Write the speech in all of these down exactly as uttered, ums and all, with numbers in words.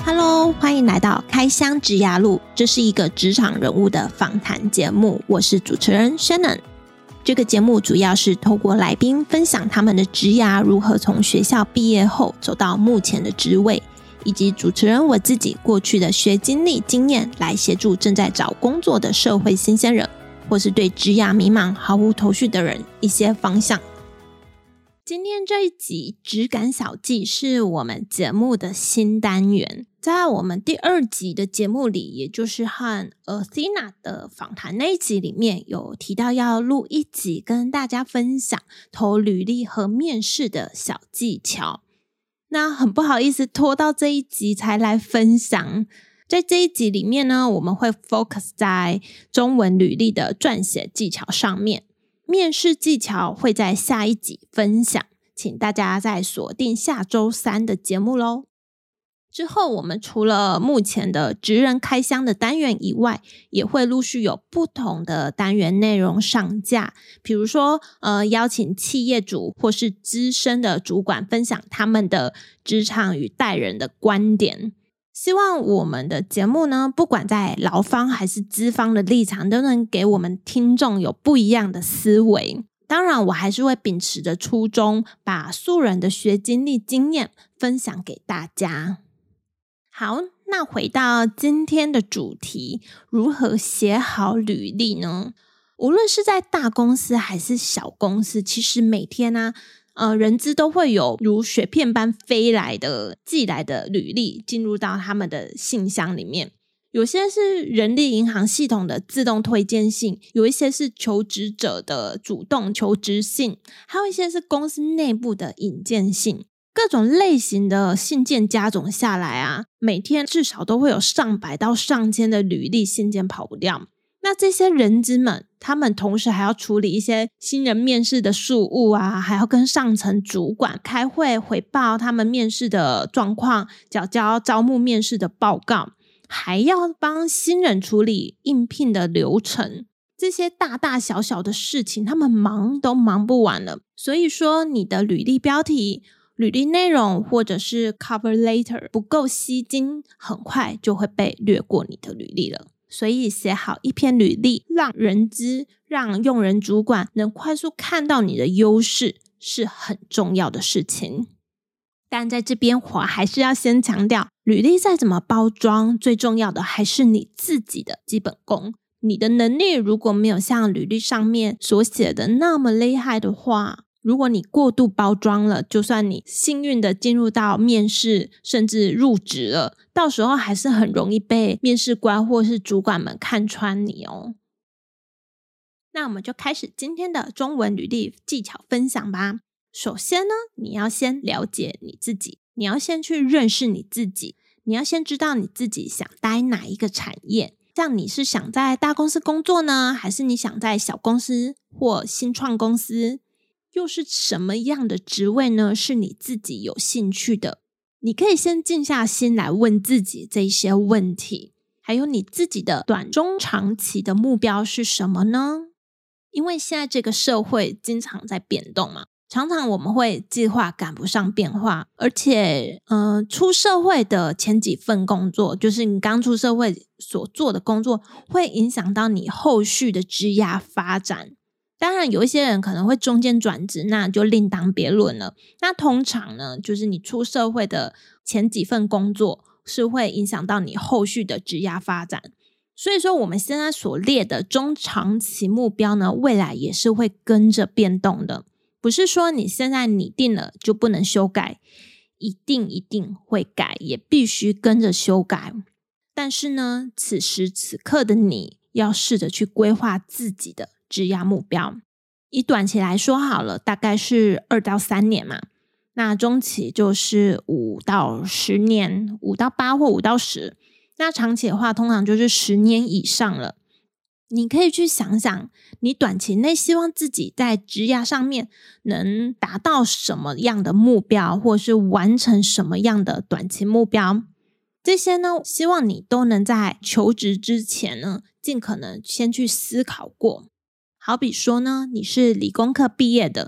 Hello， 欢迎来到开箱职涯路，这是一个职场人物的访谈节目，我是主持人 Shannon。 这个节目主要是透过来宾分享他们的职涯如何从学校毕业后走到目前的职位，以及主持人我自己过去的学经历经验，来协助正在找工作的社会新鲜人，或是对职涯迷茫毫无头绪的人一些方向。今天这一集职感小记是我们节目的新单元，在我们第二集的节目里，也就是和 Athena 的访谈那一集里面，有提到要录一集跟大家分享投履历和面试的小技巧。那很不好意思拖到这一集才来分享，在这一集里面呢，我们会 focus 在中文履历的撰写技巧上面，面试技巧会在下一集分享，请大家再锁定下周三的节目咯。之后我们除了目前的职人开箱的单元以外，也会陆续有不同的单元内容上架，比如说呃，邀请企业主或是资深的主管分享他们的职场与待人的观点。希望我们的节目呢，不管在劳方还是资方的立场，都能给我们听众有不一样的思维。当然我还是会秉持着初衷，把素人的学经历经验分享给大家。好，那回到今天的主题，如何写好履历呢？无论是在大公司还是小公司，其实每天啊呃，人资都会有如雪片般飞来的寄来的履历进入到他们的信箱里面，有些是人力银行系统的自动推荐信，有一些是求职者的主动求职信，还有一些是公司内部的引荐信。各种类型的信件加总下来啊，每天至少都会有上百到上千的履历信件跑不掉。那这些人资们，他们同时还要处理一些新人面试的事务啊，还要跟上层主管开会回报他们面试的状况，缴交招募面试的报告，还要帮新人处理应聘的流程。这些大大小小的事情，他们忙都忙不完了。所以说，你的履历标题、履历内容或者是 cover letter 不够吸睛，很快就会被略过你的履历了。所以写好一篇履历，让人资、让用人主管能快速看到你的优势，是很重要的事情。但在这边我还是要先强调，履历再怎么包装，最重要的还是你自己的基本功。你的能力如果没有像履历上面所写的那么厉害的话，如果你过度包装了，就算你幸运的进入到面试甚至入职了，到时候还是很容易被面试官或是主管们看穿你哦。那我们就开始今天的中文履历技巧分享吧。首先呢，你要先了解你自己，你要先去认识你自己，你要先知道你自己想待哪一个产业。像你是想在大公司工作呢，还是你想在小公司或新创公司？又是什么样的职位呢？是你自己有兴趣的。你可以先静下心来问自己这些问题，还有你自己的短中长期的目标是什么呢？因为现在这个社会经常在变动嘛，常常我们会计划赶不上变化，而且呃，出社会的前几份工作，就是你刚出社会所做的工作，会影响到你后续的职涯发展。当然有一些人可能会中间转职，那就另当别论了。那通常呢，就是你出社会的前几份工作是会影响到你后续的职涯发展。所以说我们现在所列的中长期目标呢，未来也是会跟着变动的。不是说你现在拟定了就不能修改，一定一定会改，也必须跟着修改。但是呢，此时此刻的你要试着去规划自己的职涯目标。以短期来说好了，大概是二到三年嘛。那中期就是五到十年，五到八或五到十。那长期的话，通常就是十年以上了。你可以去想想，你短期内希望自己在职涯上面能达到什么样的目标，或是完成什么样的短期目标。这些呢，希望你都能在求职之前呢，尽可能先去思考过。好比说呢，你是理工科毕业的，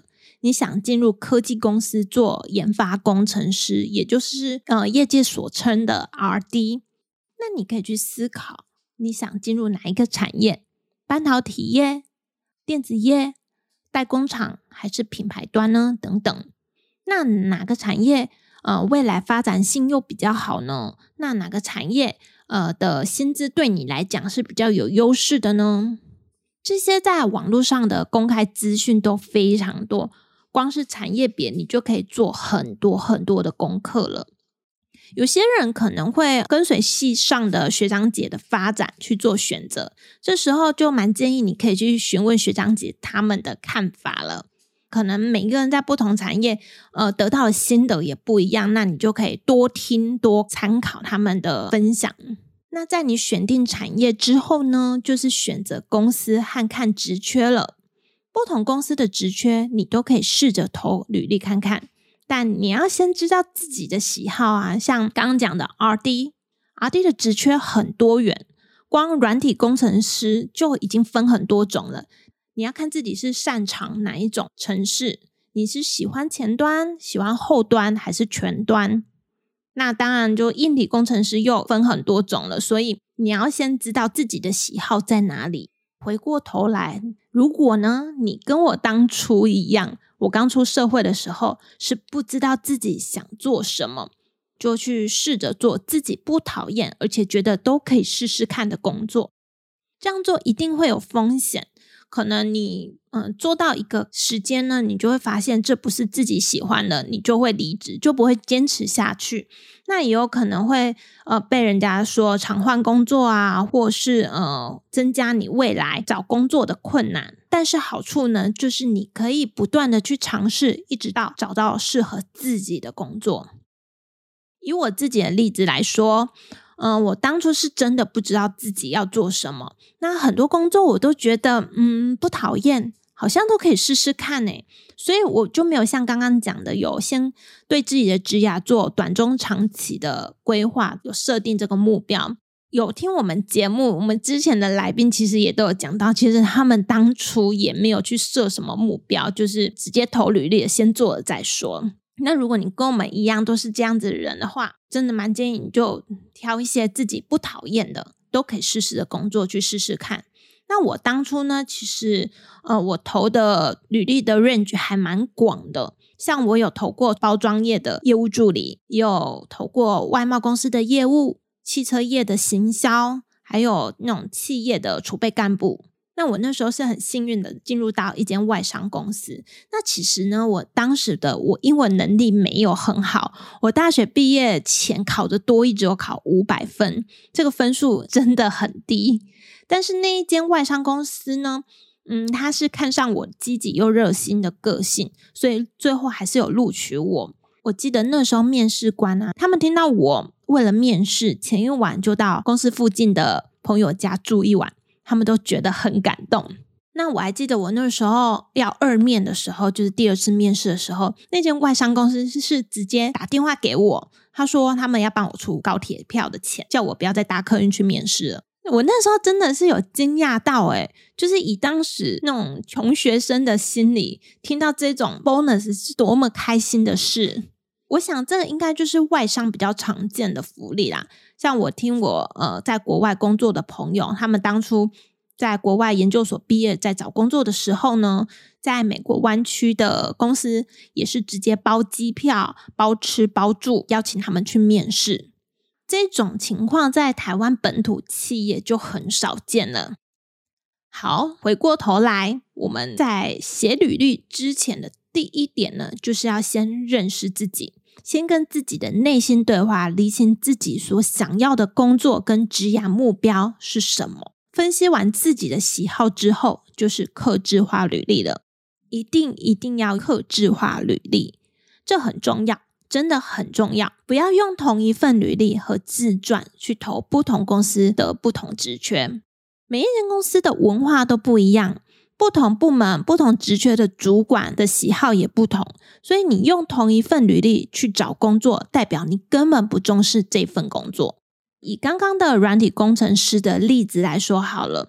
你想进入科技公司做研发工程师，也就是呃业界所称的 R D， 那你可以去思考你想进入哪一个产业，半导体业、电子业、代工厂还是品牌端呢？等等。那哪个产业呃未来发展性又比较好呢？那哪个产业呃的薪资对你来讲是比较有优势的呢？这些在网络上的公开资讯都非常多，光是产业别你就可以做很多很多的功课了。有些人可能会跟随系上的学长姐的发展去做选择，这时候就蛮建议你可以去询问学长姐他们的看法了。可能每一个人在不同产业呃得到的心得也不一样，那你就可以多听多参考他们的分享。那在你选定产业之后呢，就是选择公司和看职缺了。不同公司的职缺你都可以试着投履历看看，但你要先知道自己的喜好啊。像刚刚讲的 R D R D 的职缺很多元，光软体工程师就已经分很多种了，你要看自己是擅长哪一种程式，你是喜欢前端、喜欢后端还是全端。那当然就硬体工程师又分很多种了，所以你要先知道自己的喜好在哪里。回过头来，如果呢你跟我当初一样，我刚出社会的时候是不知道自己想做什么，就去试着做自己不讨厌而且觉得都可以试试看的工作。这样做一定会有风险，可能你嗯做到一个时间呢，你就会发现这不是自己喜欢的，你就会离职，就不会坚持下去。那也有可能会呃被人家说常换工作啊，或是呃增加你未来找工作的困难。但是好处呢，就是你可以不断的去尝试，一直到找到适合自己的工作。以我自己的例子来说，嗯，我当初是真的不知道自己要做什么，那很多工作我都觉得嗯不讨厌，好像都可以试试看耶，所以我就没有像刚刚讲的有先对自己的职涯做短中长期的规划，有设定这个目标。有听我们节目，我们之前的来宾其实也都有讲到，其实他们当初也没有去设什么目标，就是直接投履历，先做了再说。那如果你跟我们一样都是这样子的人的话，真的蛮建议你就挑一些自己不讨厌的都可以试试的工作去试试看。那我当初呢，其实呃，我投的履历的 range 还蛮广的，像我有投过包装业的业务助理，也有投过外贸公司的业务、汽车业的行销，还有那种企业的储备干部。那我那时候是很幸运的进入到一间外商公司。那其实呢，我当时的我英文能力没有很好，我大学毕业前考的多益只有考五百分，这个分数真的很低。但是那一间外商公司呢，嗯，他是看上我积极又热心的个性，所以最后还是有录取我。我记得那时候面试官啊，他们听到我为了面试，前一晚就到公司附近的朋友家住一晚，他们都觉得很感动。那我还记得我那时候要二面的时候，就是第二次面试的时候，那间外商公司是直接打电话给我，他说他们要帮我出高铁票的钱，叫我不要再搭客运去面试了。我那时候真的是有惊讶到诶，就是以当时那种穷学生的心理，听到这种 bonus 是多么开心的事。我想这个应该就是外商比较常见的福利啦。像我听我呃在国外工作的朋友，他们当初在国外研究所毕业，在找工作的时候呢，在美国湾区的公司也是直接包机票、包吃包住，邀请他们去面试。这种情况在台湾本土企业就很少见了。好，回过头来，我们在写履历之前的第一点呢，就是要先认识自己，先跟自己的内心对话，厘清自己所想要的工作跟职业目标是什么。分析完自己的喜好之后，就是客制化履历了。一定一定要客制化履历，这很重要，真的很重要。不要用同一份履历和自传去投不同公司的不同职缺。每一间公司的文化都不一样，不同部门、不同职缺的主管的喜好也不同，所以你用同一份履历去找工作，代表你根本不重视这份工作。以刚刚的软体工程师的例子来说好了，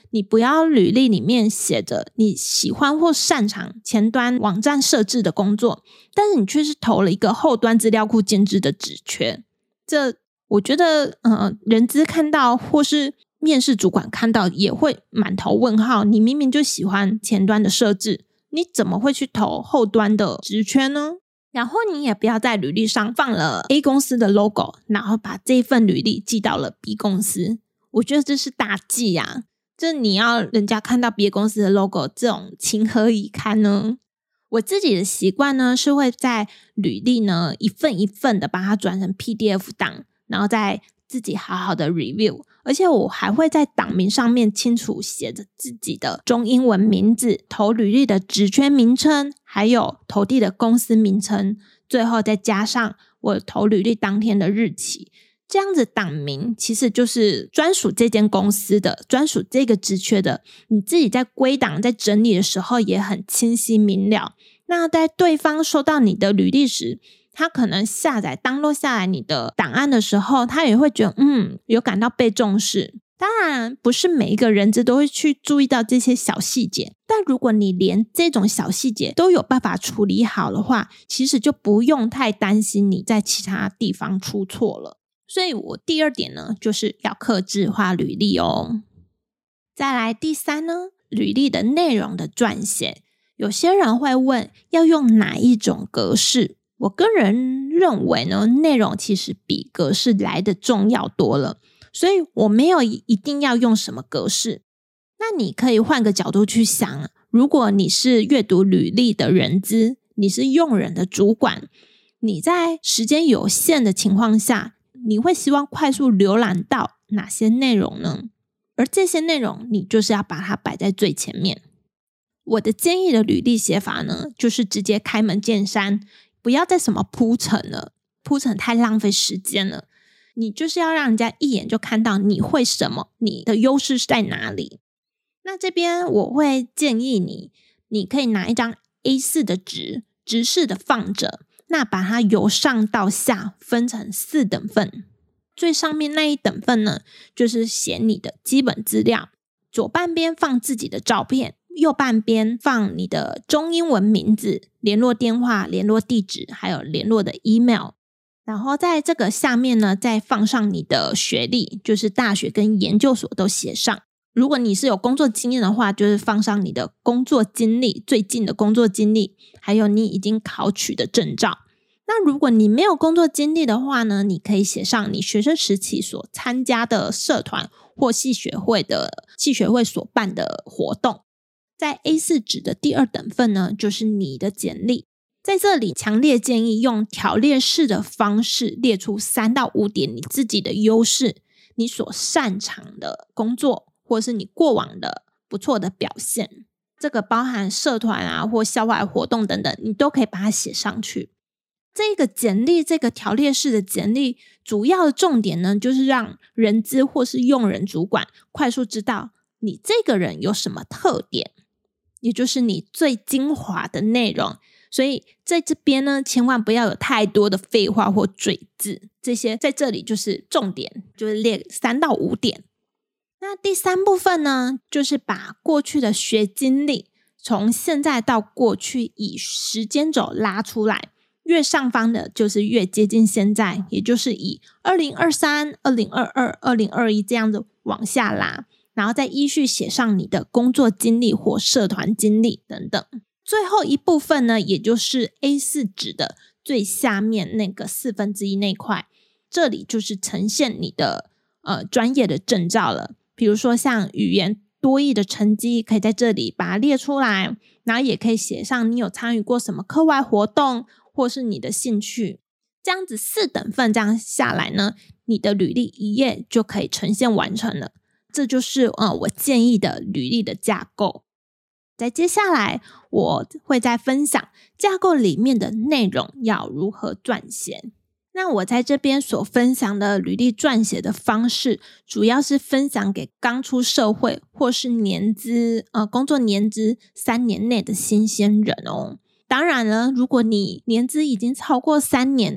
你不要履历里面写着你喜欢或擅长前端网站设置的工作，但是你却是投了一个后端资料库建制的职缺。这我觉得呃，人资看到或是面试主管看到也会满头问号，你明明就喜欢前端的设置，你怎么会去投后端的职缺呢？然后你也不要在履历上放了 A 公司的 logo， 然后把这份履历寄到了 B 公司，我觉得这是大忌啊！这你要人家看到 B 公司的 logo， 这种情何以堪呢？我自己的习惯呢，是会在履历呢一份一份的把它转成 P D F 档，然后再自己好好的 review， 而且我还会在档名上面清楚写着自己的中英文名字、投履历的职缺名称，还有投递的公司名称，最后再加上我投履历当天的日期。这样子档名其实就是专属这间公司的，专属这个职缺的，你自己在归档在整理的时候也很清晰明了。那在对方收到你的履历时，他可能下载 download 下来你的档案的时候，他也会觉得嗯，有感到被重视。当然不是每一个人资都会去注意到这些小细节，但如果你连这种小细节都有办法处理好的话，其实就不用太担心你在其他地方出错了。所以我第二点呢，就是要客制化履历哦。再来第三呢，履历的内容的撰写，有些人会问要用哪一种格式，我个人认为呢，内容其实比格式来的重要多了，所以我没有一定要用什么格式。那你可以换个角度去想，如果你是阅读履历的人资，你是用人的主管，你在时间有限的情况下，你会希望快速浏览到哪些内容呢？而这些内容你就是要把它摆在最前面。我的建议的履历写法呢，就是直接开门见山，不要再什么铺陈了，铺陈太浪费时间了。你就是要让人家一眼就看到你会什么，你的优势是在哪里。那这边我会建议你，你可以拿一张 A 四 的纸，直视的放着，那把它由上到下分成四等份。最上面那一等份呢，就是写你的基本资料，左半边放自己的照片，右半边放你的中英文名字、联络电话、联络地址，还有联络的 email。然后在这个下面呢，再放上你的学历，就是大学跟研究所都写上。如果你是有工作经验的话，就是放上你的工作经历，最近的工作经历，还有你已经考取的证照。那如果你没有工作经历的话呢，你可以写上你学生时期所参加的社团或系学会的系学会所办的活动。在 A 四 纸的第二等份呢，就是你的简历。在这里强烈建议用条列式的方式列出三到五点你自己的优势，你所擅长的工作，或是你过往的不错的表现。这个包含社团啊或校外活动等等，你都可以把它写上去。这个简历，这个条列式的简历，主要的重点呢，就是让人资或是用人主管快速知道你这个人有什么特点，也就是你最精华的内容。所以在这边呢，千万不要有太多的废话或赘字，这些在这里就是重点，就是列三到五点。那第三部分呢，就是把过去的学经历从现在到过去以时间轴拉出来，越上方的就是越接近现在，也就是以二零二三、二零二二、二零二一这样子往下拉，然后再依序写上你的工作经历或社团经历等等。最后一部分呢，也就是 A 四 纸的最下面那个四分之一那块，这里就是呈现你的呃专业的证照了。比如说像语言多益的成绩，可以在这里把它列出来，然后也可以写上你有参与过什么课外活动，或是你的兴趣。这样子四等份这样下来呢，你的履历一页就可以呈现完成了。这就是呃我建议的履历的架构。在接下来我会再分享架构里面的内容要如何撰写。那我在这边所分享的履历撰写的方式，主要是分享给刚出社会或是年资呃工作年资三年内的新鲜人哦。当然了，如果你年资已经超过三年，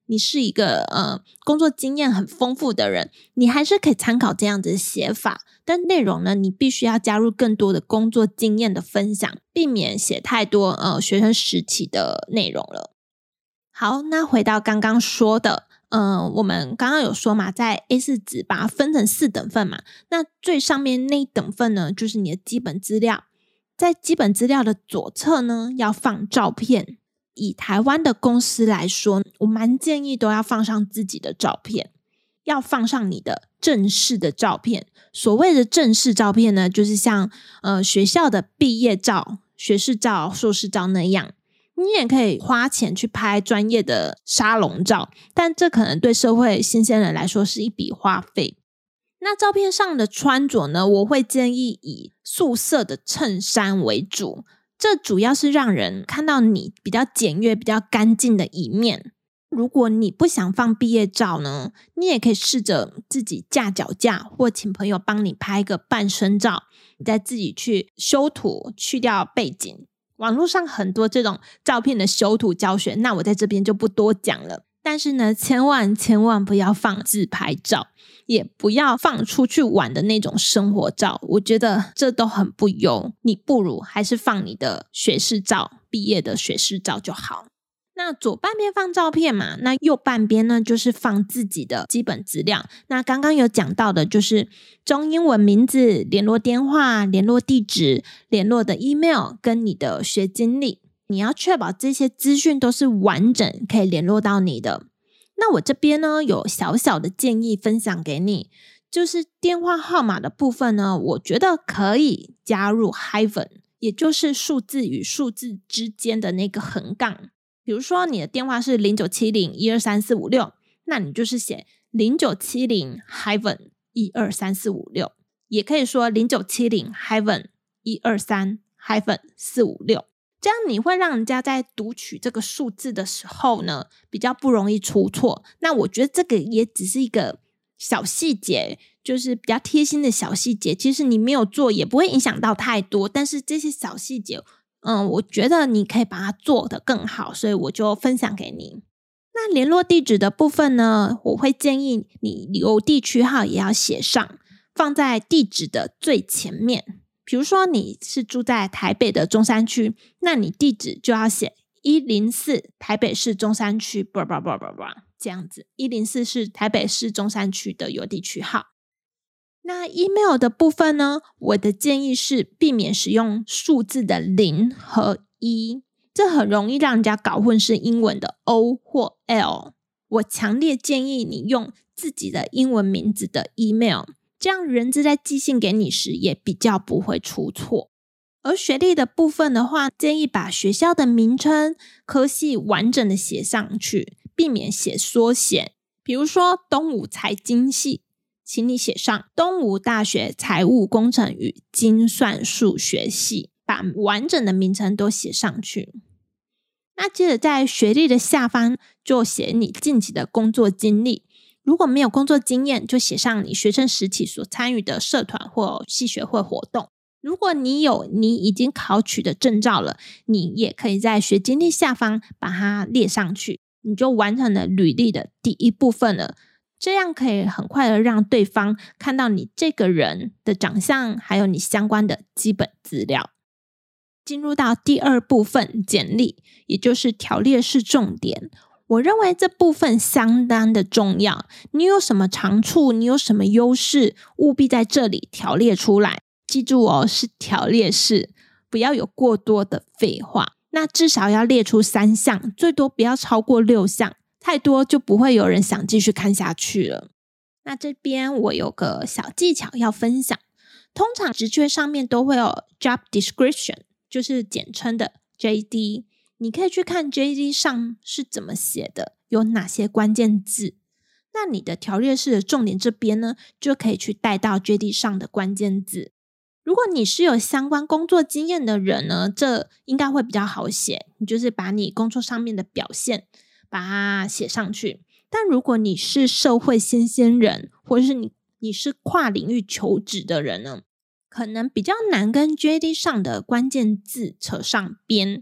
你是一个呃工作经验很丰富的人，你还是可以参考这样子的写法，但内容呢，你必须要加入更多的工作经验的分享，避免写太多呃学生时期的内容了。好，那回到刚刚说的呃，我们刚刚有说嘛，在 A 四 纸把它分成四等份嘛，那最上面那一等份呢，就是你的基本资料，在基本资料的左侧呢，要放照片。以台湾的公司来说，我蛮建议都要放上自己的照片，要放上你的正式的照片。所谓的正式照片呢，就是像呃学校的毕业照、学士照、硕士照那样。你也可以花钱去拍专业的沙龙照，但这可能对社会新鲜人来说是一笔花费。那照片上的穿着呢，我会建议以素色的衬衫为主，这主要是让人看到你比较简约、比较干净的一面。如果你不想放毕业照呢，你也可以试着自己架脚架，或请朋友帮你拍一个半身照，你再自己去修图，去掉背景。网络上很多这种照片的修图教学，那我在这边就不多讲了。但是呢，千万千万不要放自拍照，也不要放出去玩的那种生活照，我觉得这都很不优，你不如还是放你的学士照，毕业的学士照就好。那左半边放照片嘛，那右半边呢就是放自己的基本资料。那刚刚有讲到的就是中英文名字、联络电话、联络地址、联络的 email 跟你的学经历，你要确保这些资讯都是完整可以联络到你的。那我这边呢有小小的建议分享给你，就是电话号码的部分呢，我觉得可以加入 hyphen， 也就是数字与数字之间的那个横杠。比如说你的电话是零九七零一二三四五六，那你就是写零九七零 hyphen 一二三四五六，也可以说零九七零 hyphen 一二三 hyphen 四五六，这样你会让人家在读取这个数字的时候呢，比较不容易出错。那我觉得这个也只是一个小细节，就是比较贴心的小细节，其实你没有做也不会影响到太多，但是这些小细节嗯，我觉得你可以把它做得更好，所以我就分享给你。那联络地址的部分呢，我会建议你邮地区号也要写上，放在地址的最前面。比如说你是住在台北的中山区，那你地址就要写一零四台北市中山区 blah blah blah blah blah 这样子，一零四是台北市中山区的邮地区号。那 email 的部分呢，我的建议是避免使用数字的零和一，这很容易让人家搞混是英文的 O 或 L。 我强烈建议你用自己的英文名字的 email， 这样人资在寄信给你时也比较不会出错。而学历的部分的话，建议把学校的名称、科系完整的写上去，避免写缩写。比如说东吴财经系，请你写上东吴大学财务工程与精算数学系，把完整的名称都写上去。那接着在学历的下方就写你近期的工作经历，如果没有工作经验，就写上你学生时期所参与的社团或系学会活动。如果你有你已经考取的证照了，你也可以在学经历下方把它列上去，你就完成了履历的第一部分了。这样可以很快的让对方看到你这个人的长相，还有你相关的基本资料。进入到第二部分，简历，也就是条列式重点。我认为这部分相当的重要，你有什么长处，你有什么优势，务必在这里条列出来。记住哦，是条列式，不要有过多的废话。那至少要列出三项，最多不要超过六项。太多就不会有人想继续看下去了。那这边我有个小技巧要分享，通常职缺上面都会有 job description， 就是简称的 J D， 你可以去看 J D 上是怎么写的，有哪些关键字。那你的条列式的重点这边呢，就可以去带到 J D 上的关键字。如果你是有相关工作经验的人呢，这应该会比较好写，你就是把你工作上面的表现把它写上去。但如果你是社会新鲜人，或者是你你是跨领域求职的人呢，可能比较难跟 J D 上的关键字扯上边。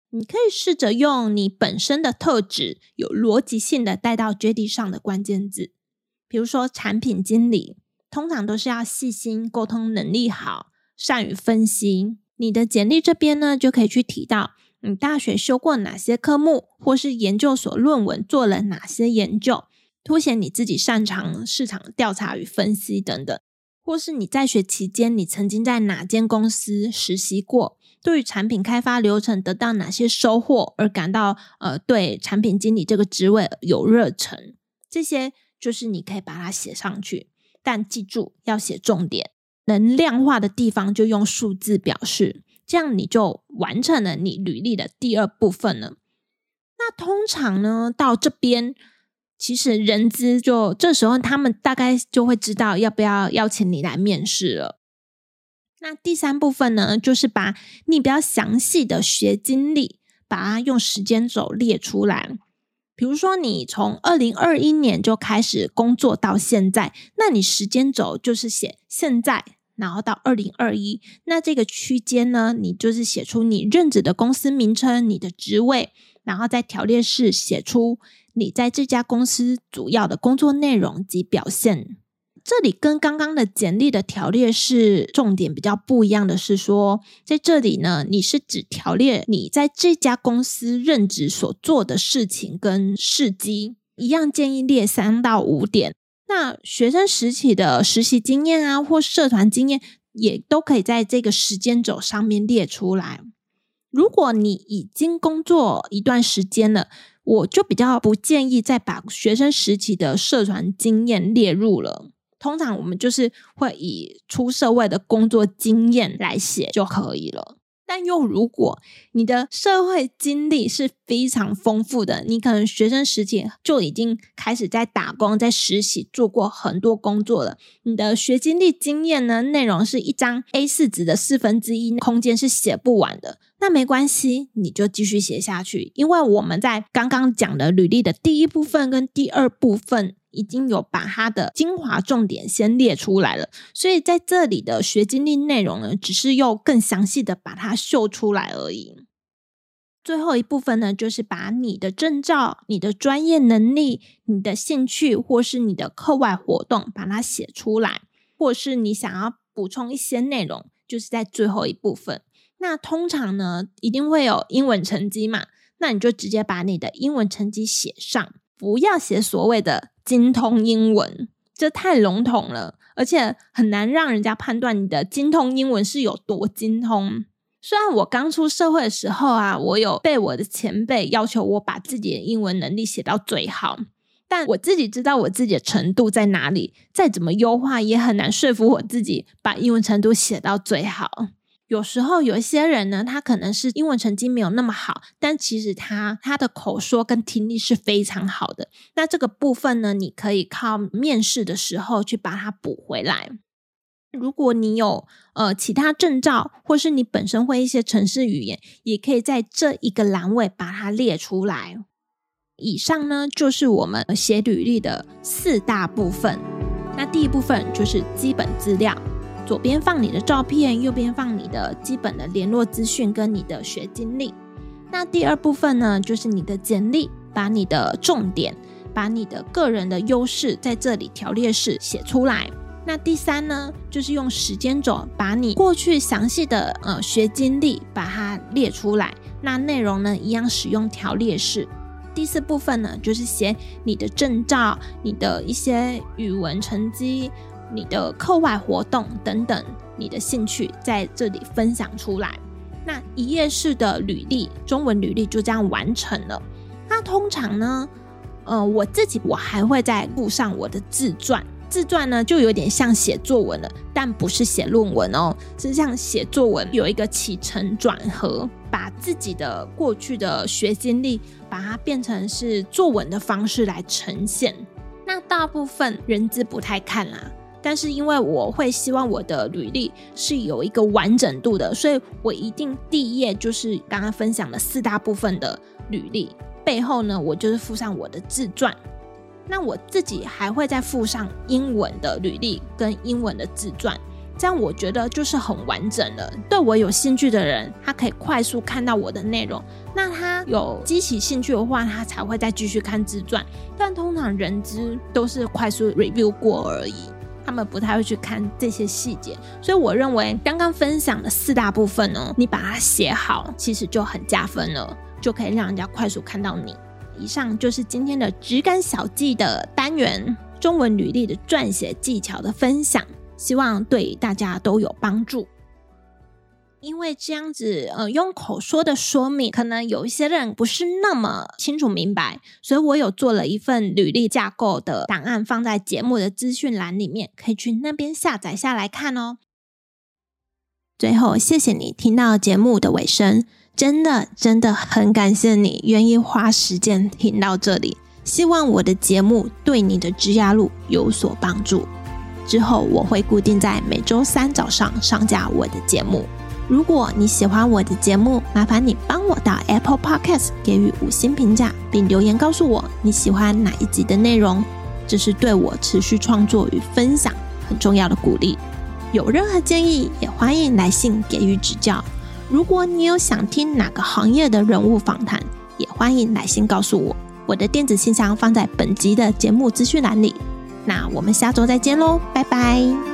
你可以试着用你本身的特质有逻辑性的带到 J D 上的关键字，比如说产品经理，通常都是要细心、沟通能力好、善于分析。你的简历这边呢，就可以去提到你大学修过哪些科目，或是研究所论文做了哪些研究，凸显你自己擅长市场调查与分析等等。或是你在学期间你曾经在哪间公司实习过，对于产品开发流程得到哪些收获而感到呃对产品经理这个职位有热忱，这些就是你可以把它写上去。但记住要写重点，能量化的地方就用数字表示，这样你就完成了你履历的第二部分了。那通常呢，到这边其实人资就这时候他们大概就会知道要不要邀请你来面试了。那第三部分呢，就是把你比较详细的学经历把它用时间轴列出来。比如说你从二零二一年就开始工作到现在，那你时间轴就是写现在然后到二零二一，那这个区间呢，你就是写出你任职的公司名称、你的职位，然后在条列式写出你在这家公司主要的工作内容及表现。这里跟刚刚的简历的条列式重点比较不一样的是说，在这里呢，你是只条列你在这家公司任职所做的事情跟事迹，一样建议列三到五点。那学生时期的实习经验啊，或社团经验也都可以在这个时间轴上面列出来。如果你已经工作一段时间了，我就比较不建议再把学生时期的社团经验列入了。通常我们就是会以出社会的工作经验来写就可以了。但又如果你的社会经历是非常丰富的，你可能学生时期就已经开始在打工、在实习做过很多工作了，你的学经历经验呢，内容是一张 A 四 纸的四分之一空间是写不完的，那没关系，你就继续写下去。因为我们在刚刚讲的履历的第一部分跟第二部分已经有把它的精华重点先列出来了，所以在这里的学经历内容呢，只是又更详细的把它秀出来而已。最后一部分呢，就是把你的证照、你的专业能力、你的兴趣或是你的课外活动把它写出来，或是你想要补充一些内容，就是在最后一部分。那通常呢，一定会有英文成绩嘛，那你就直接把你的英文成绩写上，不要写所谓的精通英文，这太笼统了，而且很难让人家判断你的精通英文是有多精通。虽然我刚出社会的时候啊，我有被我的前辈要求我把自己的英文能力写到最好，但我自己知道我自己的程度在哪里，再怎么优化也很难说服我自己把英文程度写到最好。有时候有一些人呢，他可能是英文成绩没有那么好，但其实他他的口说跟听力是非常好的，那这个部分呢，你可以靠面试的时候去把它补回来。如果你有呃其他证照，或是你本身会一些程式语言，也可以在这一个栏位把它列出来。以上呢，就是我们写履历的四大部分。那第一部分就是基本资料，左边放你的照片，右边放你的基本的联络资讯跟你的学经历。那第二部分呢，就是你的简历，把你的重点，把你的个人的优势在这里条列式写出来。那第三呢，就是用时间轴把你过去详细的呃学经历把它列出来，那内容呢一样使用条列式。第四部分呢，就是写你的证照、你的一些语文成绩、你的课外活动等等，你的兴趣在这里分享出来。那一页式的履历，中文履历就这样完成了。那通常呢，呃，我自己我还会再附上我的自传。自传呢，就有点像写作文了，但不是写论文哦，是像写作文有一个起承转合，把自己的过去的学经历，把它变成是作文的方式来呈现。那大部分人资不太看啦，但是因为我会希望我的履历是有一个完整度的，所以我一定第一页就是刚刚分享的四大部分的履历，背后呢，我就是附上我的自传。那我自己还会再附上英文的履历跟英文的自传， 这样我觉得就是很完整了。对我有兴趣的人，他可以快速看到我的内容，那他有激起兴趣的话，他才会再继续看自传。但通常人资都是快速 review 过而已，他们不太会去看这些细节。所以我认为刚刚分享的四大部分呢，你把它写好，其实就很加分了，就可以让人家快速看到你。以上就是今天的质感小记的单元，中文履历的撰写技巧的分享，希望对大家都有帮助。因为这样子呃，用口说的说明可能有一些人不是那么清楚明白，所以我有做了一份履历架构的档案放在节目的资讯栏里面，可以去那边下载下来看哦。最后谢谢你听到节目的尾声，真的真的很感谢你愿意花时间听到这里，希望我的节目对你的职涯路有所帮助。之后我会固定在每周三早上上架我的节目。如果你喜欢我的节目，麻烦你帮我到 Apple Podcast 给予五星评价，并留言告诉我你喜欢哪一集的内容，这是对我持续创作与分享很重要的鼓励。有任何建议也欢迎来信给予指教。如果你有想听哪个行业的人物访谈，也欢迎来信告诉我，我的电子信箱放在本集的节目资讯栏里。那我们下周再见咯，拜拜。